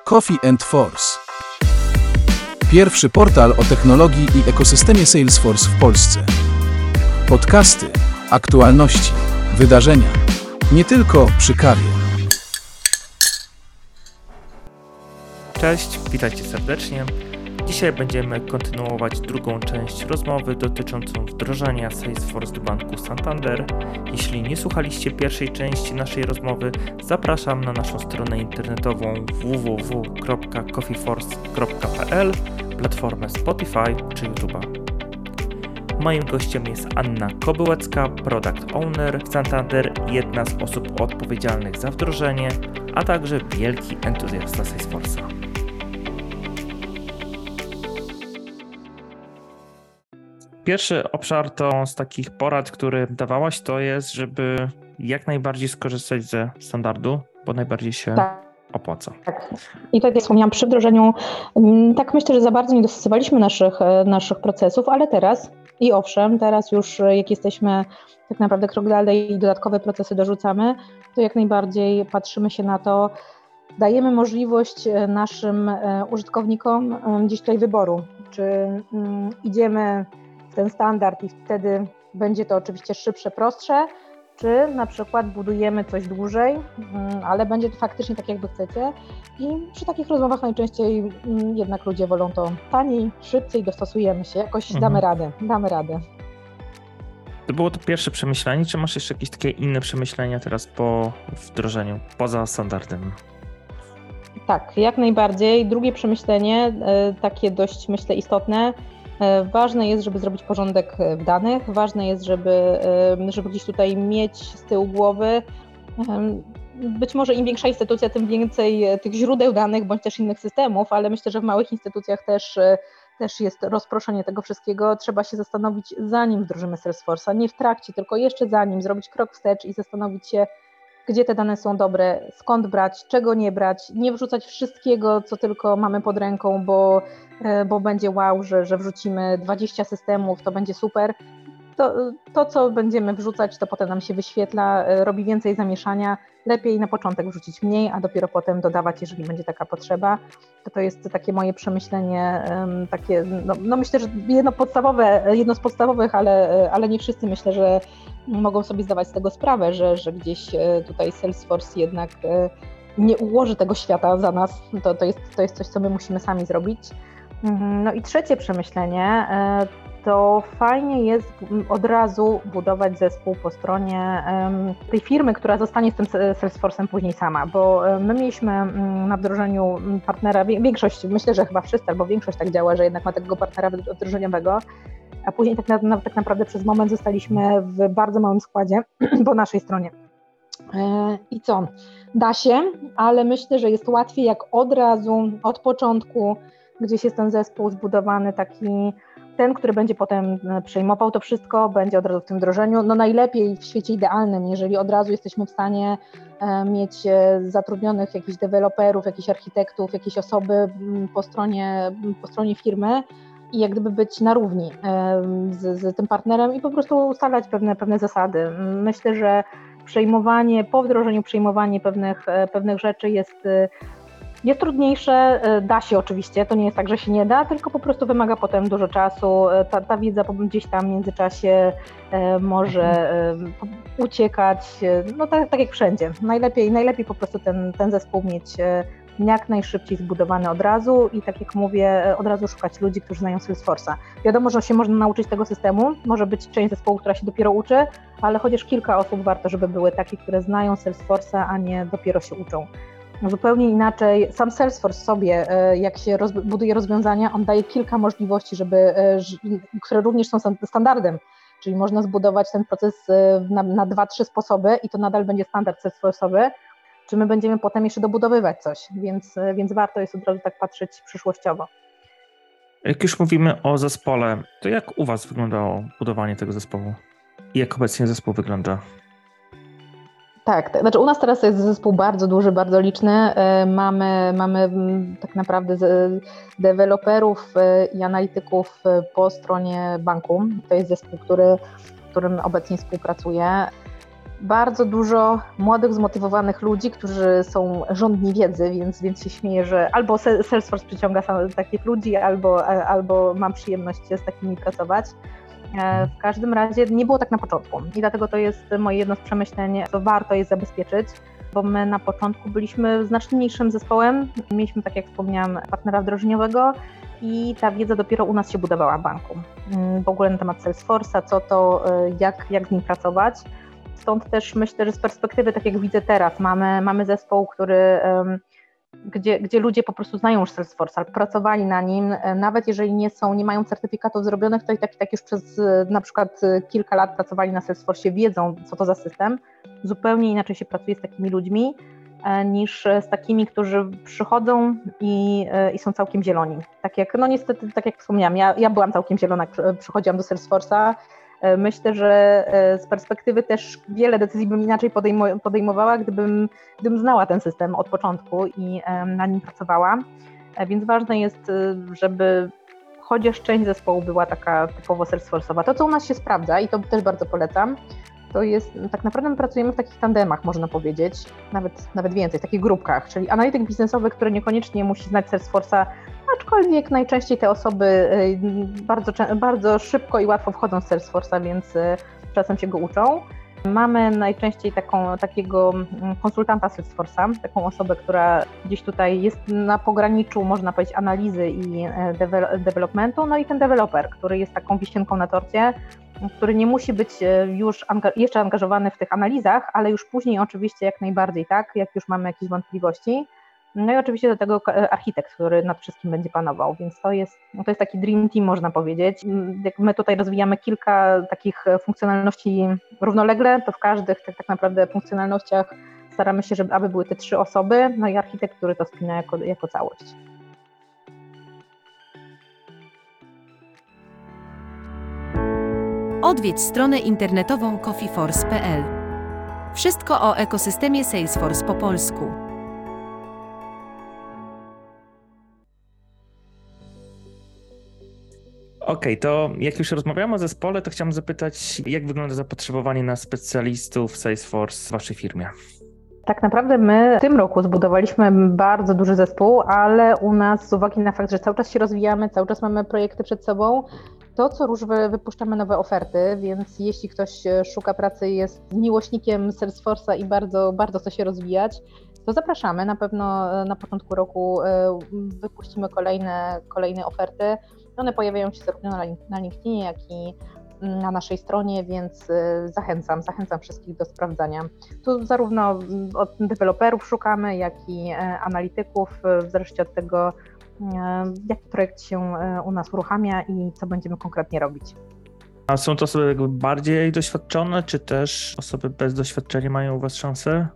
Coffee and Force. Pierwszy portal o technologii i ekosystemie Salesforce w Polsce. Podcasty, aktualności, wydarzenia. Nie tylko przy kawie. Cześć, witajcie serdecznie. Dzisiaj będziemy kontynuować drugą część rozmowy dotyczącą wdrożenia Salesforce do Banku Santander. Jeśli nie słuchaliście pierwszej części naszej rozmowy, zapraszam na naszą stronę internetową www.coffeeforce.pl, platformę Spotify czy YouTube'a. Moim gościem jest Anna Kobyłecka, Product Owner w Santander, jedna z osób odpowiedzialnych za wdrożenie, a także wielki entuzjasta Salesforce'a. Pierwszy obszar to z takich porad, które dawałaś, to jest, żeby jak najbardziej skorzystać ze standardu, bo najbardziej się opłaca. Tak. I tak jak wspomniałam, przy wdrożeniu, tak myślę, że za bardzo nie dostosowaliśmy naszych procesów, ale teraz teraz już jak jesteśmy tak naprawdę krok dalej i dodatkowe procesy dorzucamy, to jak najbardziej patrzymy się na to, dajemy możliwość naszym użytkownikom gdzieś tutaj wyboru, czy idziemy w ten standard i wtedy będzie to oczywiście szybsze, prostsze, czy na przykład budujemy coś dłużej, ale będzie to faktycznie tak, jakby chcecie. I przy takich rozmowach najczęściej jednak ludzie wolą to taniej, szybciej, dostosujemy się, jakoś damy radę. To było to pierwsze przemyślenie, czy masz jeszcze jakieś takie inne przemyślenia teraz po wdrożeniu, poza standardem? Tak, jak najbardziej. Drugie przemyślenie, takie dość myślę istotne. Ważne jest, żeby zrobić porządek w danych, ważne jest, żeby gdzieś tutaj mieć z tyłu głowy, być może im większa instytucja, tym więcej tych źródeł danych, bądź też innych systemów, ale myślę, że w małych instytucjach też jest rozproszenie tego wszystkiego. Trzeba się zastanowić, zanim wdrożymy Salesforce'a, nie w trakcie, tylko jeszcze zanim, zrobić krok wstecz i zastanowić się, gdzie te dane są dobre, skąd brać, czego nie brać, nie wrzucać wszystkiego, co tylko mamy pod ręką, bo będzie wow, że wrzucimy 20 systemów, to będzie super. To, co będziemy wrzucać, to potem nam się wyświetla, robi więcej zamieszania. Lepiej na początek wrzucić mniej, a dopiero potem dodawać, jeżeli będzie taka potrzeba. To jest takie moje przemyślenie, takie, no myślę, że jedno z podstawowych, ale nie wszyscy myślę, że mogą sobie zdawać z tego sprawę, że gdzieś tutaj Salesforce jednak nie ułoży tego świata za nas. To jest coś, co my musimy sami zrobić. No i trzecie przemyślenie, to fajnie jest od razu budować zespół po stronie tej firmy, która zostanie z tym Salesforce'em później sama, bo my mieliśmy na wdrożeniu partnera, większość, myślę, że chyba wszyscy, albo większość tak działa, że jednak ma takiego partnera wdrożeniowego, a później tak naprawdę przez moment zostaliśmy w bardzo małym składzie po naszej stronie. I co? Da się, ale myślę, że jest łatwiej, jak od razu, od początku gdzieś jest ten zespół zbudowany taki, ten, który będzie potem przejmował to wszystko, będzie od razu w tym wdrożeniu. No najlepiej w świecie idealnym, jeżeli od razu jesteśmy w stanie mieć zatrudnionych jakichś deweloperów, jakichś architektów, jakieś osoby po stronie firmy i jak gdyby być na równi z tym partnerem i po prostu ustalać pewne zasady. Myślę, że po wdrożeniu przejmowanie pewnych rzeczy jest trudniejsze, da się oczywiście, to nie jest tak, że się nie da, tylko po prostu wymaga potem dużo czasu, ta wiedza gdzieś tam w międzyczasie może uciekać, no tak jak wszędzie. Najlepiej po prostu ten zespół mieć jak najszybciej zbudowany od razu i tak jak mówię, od razu szukać ludzi, którzy znają Salesforce'a. Wiadomo, że się można nauczyć tego systemu, może być część zespołu, która się dopiero uczy, ale chociaż kilka osób warto, żeby były takie, które znają Salesforce'a, a nie dopiero się uczą. Zupełnie inaczej, sam Salesforce sobie, jak się buduje rozwiązania, on daje kilka możliwości, które również są standardem, czyli można zbudować ten proces na 2-3 sposoby i to nadal będzie standard Salesforce'owy, czy my będziemy potem jeszcze dobudowywać coś, więc warto jest od razu tak patrzeć przyszłościowo. Jak już mówimy o zespole, to jak u Was wyglądało budowanie tego zespołu? I jak obecnie zespół wygląda? Tak, znaczy u nas teraz jest zespół bardzo duży, bardzo liczny. Mamy tak naprawdę deweloperów i analityków po stronie banku. To jest zespół, którym obecnie współpracuję. bardzo dużo młodych, zmotywowanych ludzi, którzy są żądni wiedzy, więc się śmieję, że albo Salesforce przyciąga takich ludzi, albo mam przyjemność z takimi pracować. W każdym razie nie było tak na początku i dlatego to jest moje jedno z przemyśleń, co warto jest zabezpieczyć, bo my na początku byliśmy znacznie mniejszym zespołem, mieliśmy, tak jak wspomniałam, partnera wdrożeniowego i ta wiedza dopiero u nas się budowała w banku. W ogóle na temat Salesforce'a, co to, jak z nim pracować. Stąd też myślę, że z perspektywy, tak jak widzę teraz, mamy zespół, gdzie ludzie po prostu znają już Salesforce, pracowali na nim, nawet jeżeli nie mają certyfikatów zrobionych, to i tak już przez na przykład kilka lat pracowali na Salesforce, wiedzą, co to za system. Zupełnie inaczej się pracuje z takimi ludźmi niż z takimi, którzy przychodzą i są całkiem zieloni. Niestety, tak jak wspomniałam, ja byłam całkiem zielona, jak przychodziłam do Salesforce'a. Myślę, że z perspektywy też wiele decyzji bym inaczej podejmowała, gdybym znała ten system od początku i na nim pracowała. Więc ważne jest, żeby chociaż część zespołu była taka typowo Salesforce'owa. To, co u nas się sprawdza i to też bardzo polecam, to jest, tak naprawdę my pracujemy w takich tandemach, można powiedzieć, nawet więcej, w takich grupkach, czyli analityk biznesowy, który niekoniecznie musi znać Salesforce'a, aczkolwiek najczęściej te osoby bardzo szybko i łatwo wchodzą z Salesforce'a, więc czasem się go uczą. Mamy najczęściej takiego konsultanta Salesforce'a, taką osobę, która gdzieś tutaj jest na pograniczu, można powiedzieć, analizy i developmentu, no i ten deweloper, który jest taką wisienką na torcie, który nie musi być już jeszcze angażowany w tych analizach, ale już później oczywiście jak najbardziej, tak, jak już mamy jakieś wątpliwości. No i oczywiście do tego architekt, który nad wszystkim będzie panował, więc to jest taki dream team, można powiedzieć. Jak my tutaj rozwijamy kilka takich funkcjonalności równolegle, to w każdych tak naprawdę funkcjonalnościach staramy się, aby były te 3 osoby, no i architekt, który to spina jako całość. Odwiedź stronę internetową coffeeforce.pl. Wszystko o ekosystemie Salesforce po polsku. Okej, to jak już rozmawiamy o zespole, to chciałem zapytać, jak wygląda zapotrzebowanie na specjalistów Salesforce w waszej firmie? Tak naprawdę my w tym roku zbudowaliśmy bardzo duży zespół, ale u nas z uwagi na fakt, że cały czas się rozwijamy, cały czas mamy projekty przed sobą, to co róż wypuszczamy nowe oferty, więc jeśli ktoś szuka pracy, jest miłośnikiem Salesforce'a i bardzo, bardzo chce się rozwijać, to zapraszamy. Na pewno na początku roku wypuścimy kolejne oferty. One pojawiają się zarówno na LinkedInie, jak i na naszej stronie, więc zachęcam wszystkich do sprawdzania. Tu zarówno od deweloperów szukamy, jak i analityków, w zależności od tego, jaki projekt się u nas uruchamia i co będziemy konkretnie robić. A są to osoby bardziej doświadczone, czy też osoby bez doświadczenia mają u was szansę?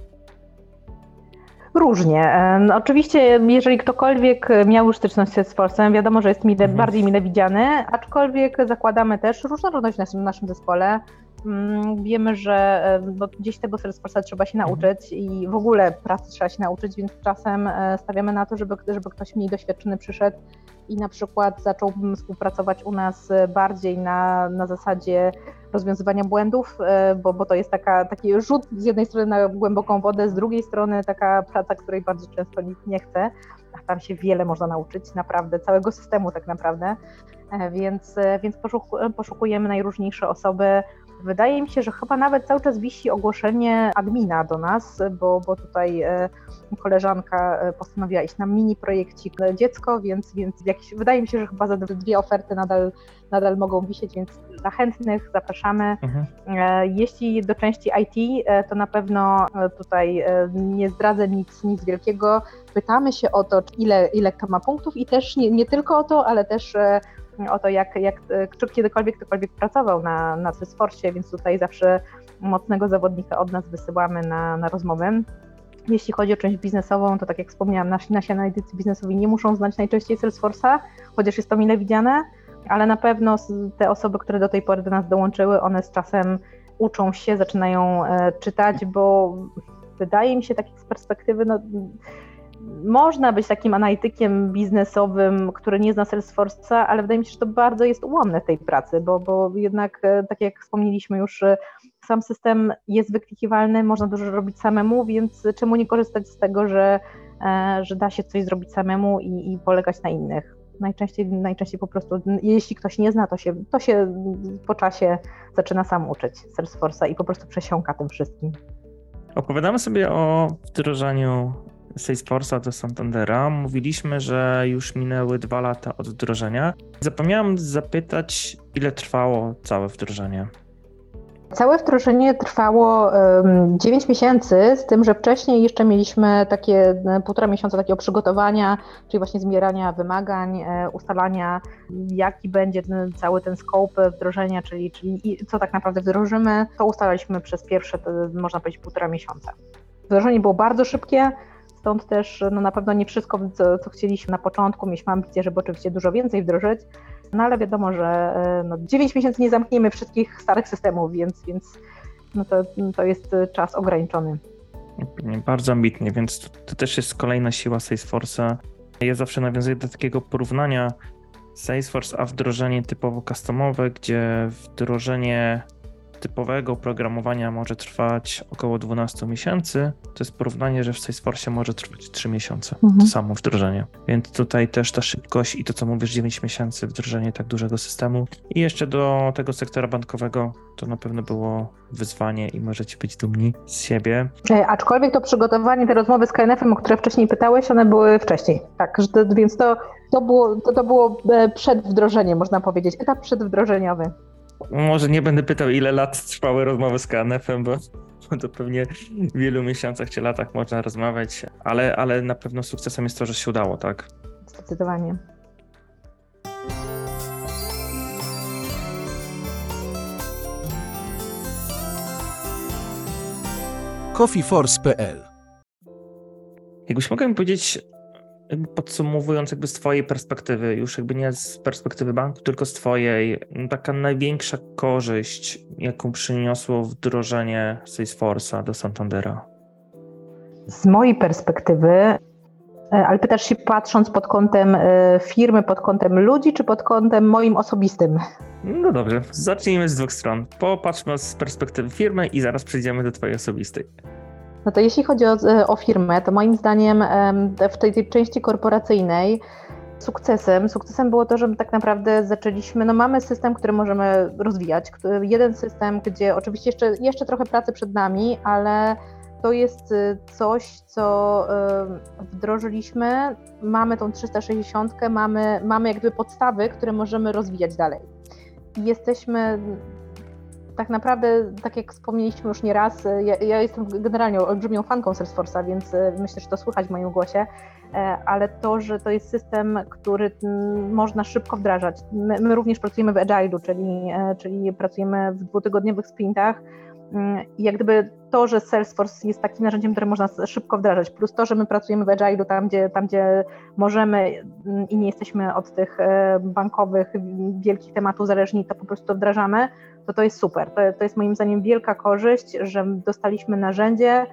Różnie. Oczywiście, jeżeli ktokolwiek miał już styczność z Salesforce'em, wiadomo, że jest bardziej mile widziany, aczkolwiek zakładamy też różnorodność w naszym zespole. Wiemy, że gdzieś tego Salesforce'a trzeba się nauczyć i w ogóle pracy trzeba się nauczyć, więc czasem stawiamy na to, żeby ktoś mniej doświadczony przyszedł i na przykład zaczął współpracować u nas bardziej na zasadzie rozwiązywania błędów, bo to jest taki rzut z jednej strony na głęboką wodę, z drugiej strony taka praca, której bardzo często nikt nie chce, a tam się wiele można nauczyć, naprawdę, całego systemu tak naprawdę, więc poszukujemy najróżniejsze osoby. Wydaje mi się, że chyba nawet cały czas wisi ogłoszenie admina do nas, bo tutaj koleżanka postanowiła iść na mini projekcik dziecko, więc wydaje mi się, że chyba za 2 oferty nadal mogą wisieć, więc dla chętnych zapraszamy. Jeśli do części IT, to na pewno tutaj nie zdradzę nic wielkiego. Pytamy się o to, ile kto ma punktów i też nie tylko o to, ale też o to, czy kiedykolwiek ktokolwiek pracował na Salesforce, więc tutaj zawsze mocnego zawodnika od nas wysyłamy na rozmowę. Jeśli chodzi o część biznesową, to tak jak wspomniałam, nasi analitycy biznesowi nie muszą znać najczęściej Salesforce'a, chociaż jest to mile widziane, ale na pewno te osoby, które do tej pory do nas dołączyły, one z czasem uczą się, zaczynają czytać, bo wydaje mi się, tak z perspektywy, można być takim analitykiem biznesowym, który nie zna Salesforce'a, ale wydaje mi się, że to bardzo jest ułomne w tej pracy, bo jednak, tak jak wspomnieliśmy już, Sam system jest wyklikiwalny, można dużo robić samemu, więc czemu nie korzystać z tego, że da się coś zrobić samemu i polegać na innych. Najczęściej po prostu, jeśli ktoś nie zna, to się po czasie zaczyna sam uczyć Salesforce'a i po prostu przesiąka tym wszystkim. Opowiadamy sobie o wdrożeniu Salesforce'a do Santandera. Mówiliśmy, że już minęły 2 lata od wdrożenia. Zapomniałem zapytać, ile trwało całe wdrożenie. Całe wdrożenie trwało 9 miesięcy, z tym, że wcześniej jeszcze mieliśmy takie 1,5 miesiąca takiego przygotowania, czyli właśnie zbierania wymagań, ustalania, jaki będzie cały ten scope wdrożenia, czyli co tak naprawdę wdrożymy. To ustalaliśmy przez pierwsze, można powiedzieć, 1,5 miesiąca. Wdrożenie było bardzo szybkie, stąd też na pewno nie wszystko, co chcieliśmy na początku. Mieliśmy ambicje, żeby oczywiście dużo więcej wdrożyć, no ale wiadomo, że 9 miesięcy nie zamkniemy wszystkich starych systemów, więc to jest czas ograniczony. Bardzo ambitnie, więc to też jest kolejna siła Salesforce'a. Ja zawsze nawiązuję do takiego porównania Salesforce a wdrożenie typowo customowe, gdzie wdrożenie typowego programowania może trwać około 12 miesięcy. To jest porównanie, że w Salesforce może trwać 3 miesiące. To samo wdrożenie. Więc tutaj też ta szybkość i to, co mówisz, 9 miesięcy wdrożenie tak dużego systemu. I jeszcze do tego sektora bankowego to na pewno było wyzwanie i możecie być dumni z siebie. Aczkolwiek to przygotowanie, te rozmowy z KNF-em, o które wcześniej pytałeś, one były wcześniej. Tak, więc to było przed wdrożeniem, można powiedzieć, etap przedwdrożeniowy. Może nie będę pytał, ile lat trwały rozmowy z KNF-em, bo to pewnie w wielu miesiącach czy latach można rozmawiać, ale na pewno sukcesem jest to, że się udało, tak? Zdecydowanie. coffeeforce.pl. Jakbyś mogła mi powiedzieć, podsumowując z twojej perspektywy, już nie z perspektywy banku, tylko z twojej, taka największa korzyść, jaką przyniosło wdrożenie Salesforce'a do Santandera? Z mojej perspektywy, ale pytasz się patrząc pod kątem firmy, pod kątem ludzi, czy pod kątem moim osobistym? No dobrze, zacznijmy z 2 stron. Popatrzmy z perspektywy firmy i zaraz przejdziemy do twojej osobistej. No to jeśli chodzi o firmę, to moim zdaniem w tej części korporacyjnej sukcesem było to, że tak naprawdę zaczęliśmy, mamy system, który możemy rozwijać. Jeden system, gdzie oczywiście jeszcze trochę pracy przed nami, ale to jest coś, co wdrożyliśmy, mamy tą 360, mamy jakby podstawy, które możemy rozwijać dalej. I jesteśmy tak naprawdę, tak jak wspomnieliśmy już nieraz, ja jestem generalnie olbrzymią fanką Salesforce'a, więc myślę, że to słychać w moim głosie, ale to, że to jest system, który można szybko wdrażać. My również pracujemy w Agile'u, czyli pracujemy w 2-tygodniowych sprintach i jak gdyby to, że Salesforce jest takim narzędziem, które można szybko wdrażać, plus to, że my pracujemy w Agile'u tam, gdzie możemy i nie jesteśmy od tych bankowych, wielkich tematów zależni, to po prostu to wdrażamy, to jest super. To jest moim zdaniem wielka korzyść, że dostaliśmy narzędzie,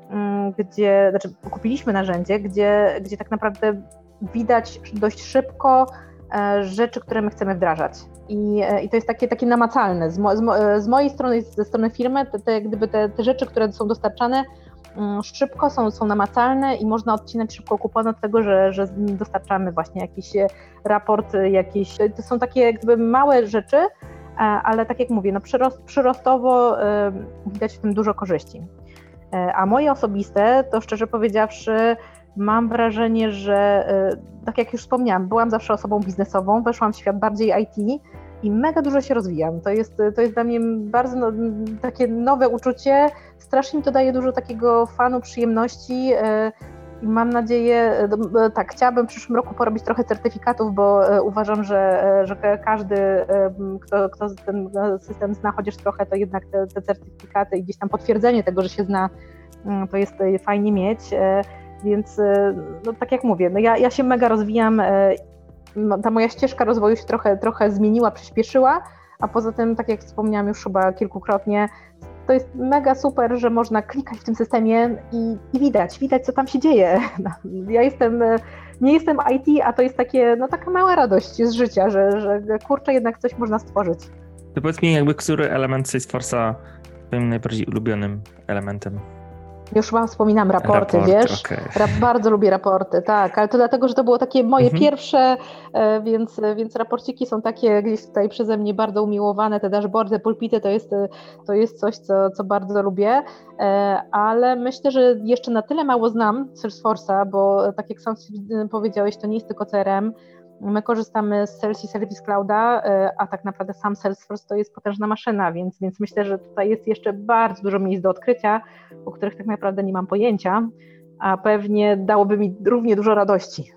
kupiliśmy narzędzie, gdzie tak naprawdę widać dość szybko rzeczy, które my chcemy wdrażać. I to jest takie namacalne. Z mojej strony, ze strony firmy, te rzeczy, które są dostarczane szybko, są namacalne i można odcinać szybko kupon od tego, że dostarczamy właśnie jakiś raport, to są takie jakby małe rzeczy, ale tak jak mówię, przyrostowo widać w tym dużo korzyści. A moje osobiste, to szczerze powiedziawszy, mam wrażenie, że tak jak już wspomniałam, byłam zawsze osobą biznesową, weszłam w świat bardziej IT i mega dużo się rozwijam. To jest dla mnie bardzo takie nowe uczucie, strasznie mi to daje dużo takiego fanu, przyjemności i mam nadzieję, tak, chciałabym w przyszłym roku porobić trochę certyfikatów, bo uważam, że każdy, kto ten system zna chociaż trochę, to jednak te certyfikaty i gdzieś tam potwierdzenie tego, że się zna, to jest fajnie mieć. Więc tak jak mówię, ja się mega rozwijam, ta moja ścieżka rozwoju się trochę zmieniła, przyspieszyła, a poza tym, tak jak wspomniałam już chyba kilkukrotnie, to jest mega super, że można klikać w tym systemie i widać, co tam się dzieje. Ja nie jestem IT, a to jest taka mała radość z życia, że kurczę, jednak coś można stworzyć. To powiedz mi, który element Salesforce'a Twoim najbardziej ulubionym elementem? Już chyba wspominam raporty, wiesz? Okay. Bardzo lubię raporty, tak, ale to dlatego, że to było takie moje pierwsze, więc raporciki są takie gdzieś tutaj przeze mnie bardzo umiłowane, te dashboardy, pulpity to jest coś, co bardzo lubię, ale myślę, że jeszcze na tyle mało znam Salesforce'a, bo tak jak sam powiedziałeś, to nie jest tylko CRM. My korzystamy z Sales i Service Clouda, a tak naprawdę sam Salesforce to jest potężna maszyna, więc myślę, że tutaj jest jeszcze bardzo dużo miejsc do odkrycia, o których tak naprawdę nie mam pojęcia, a pewnie dałoby mi równie dużo radości.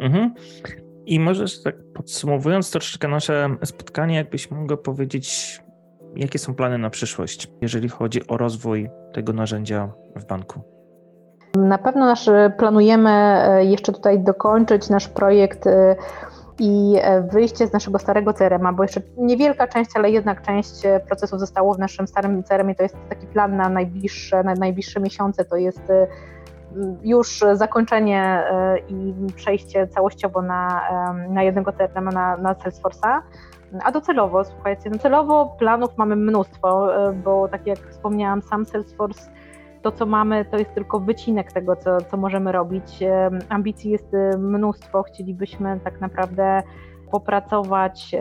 I możesz tak podsumowując troszeczkę nasze spotkanie, jakbyś mogła powiedzieć, jakie są plany na przyszłość, jeżeli chodzi o rozwój tego narzędzia w banku? Na pewno planujemy jeszcze tutaj dokończyć nasz projekt i wyjście z naszego starego CRM-a, bo jeszcze niewielka część, ale jednak część procesów zostało w naszym starym CRM-ie. To jest taki plan na najbliższe miesiące, to jest już zakończenie i przejście całościowo na jednego CRM-a, na Salesforce'a. A docelowo, słuchajcie, docelowo planów mamy mnóstwo, bo tak jak wspomniałam, sam Salesforce, to co mamy, to jest tylko wycinek tego, co możemy robić. Ambicji jest mnóstwo, chcielibyśmy tak naprawdę popracować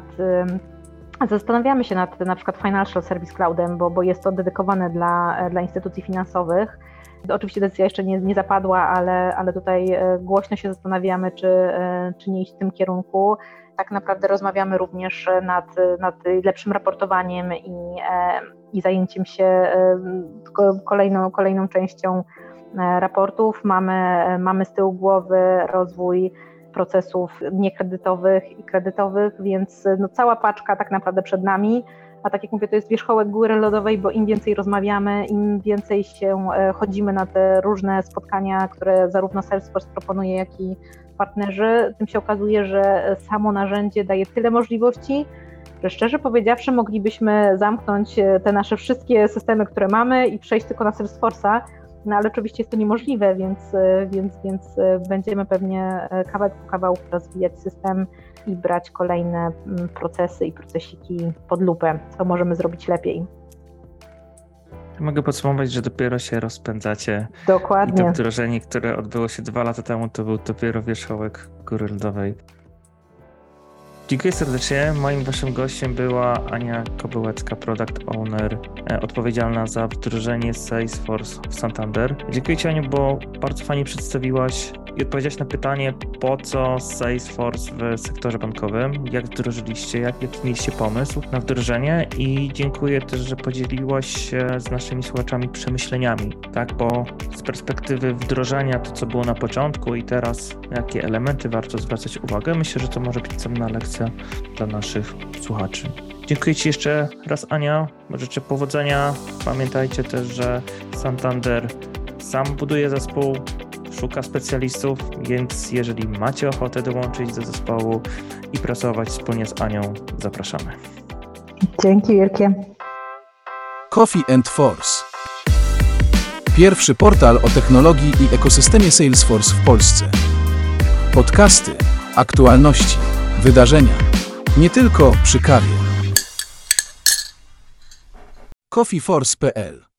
zastanawiamy się nad na przykład Financial Service Cloudem, bo jest to dedykowane dla instytucji finansowych. Oczywiście decyzja jeszcze nie zapadła, ale tutaj głośno się zastanawiamy, czy nie iść w tym kierunku. Tak naprawdę rozmawiamy również nad lepszym raportowaniem i zajęciem się kolejną częścią raportów. Mamy z tyłu głowy rozwój procesów niekredytowych i kredytowych, więc cała paczka tak naprawdę przed nami. A tak jak mówię, to jest wierzchołek góry lodowej, bo im więcej rozmawiamy, im więcej się chodzimy na te różne spotkania, które zarówno Salesforce proponuje, jak i partnerzy, tym się okazuje, że samo narzędzie daje tyle możliwości, że szczerze powiedziawszy moglibyśmy zamknąć te nasze wszystkie systemy, które mamy i przejść tylko na Salesforce'a, no ale oczywiście jest to niemożliwe, więc będziemy pewnie kawałek po kawałku rozwijać system i brać kolejne procesy i procesiki pod lupę, co możemy zrobić lepiej. Mogę podsumować, że dopiero się rozpędzacie. Dokładnie. I to wdrożenie, które odbyło się 2 lata temu, to był dopiero wierzchołek góry lodowej. Dziękuję serdecznie. Moim waszym gościem była Ania Kobyłecka, Product Owner, odpowiedzialna za wdrożenie Salesforce w Santander. Dziękuję ci, Aniu, bo bardzo fajnie przedstawiłaś i odpowiedziałaś na pytanie, po co Salesforce w sektorze bankowym, jak wdrożyliście, jaki mieliście pomysł na wdrożenie i dziękuję też, że podzieliłaś się z naszymi słuchaczami przemyśleniami, tak, bo z perspektywy wdrożenia to, co było na początku i teraz, jakie elementy warto zwracać uwagę, myślę, że to może być cenna lekcja dla naszych słuchaczy. Dziękuję ci jeszcze raz, Ania, życzę powodzenia. Pamiętajcie też, że Santander sam buduje zespół, szuka specjalistów, więc jeżeli macie ochotę dołączyć do zespołu i pracować wspólnie z Anią, zapraszamy. Dzięki wielkie. Coffee and Force. Pierwszy portal o technologii i ekosystemie Salesforce w Polsce. Podcasty, aktualności, wydarzenia. Nie tylko przy kawie. coffeeforce.pl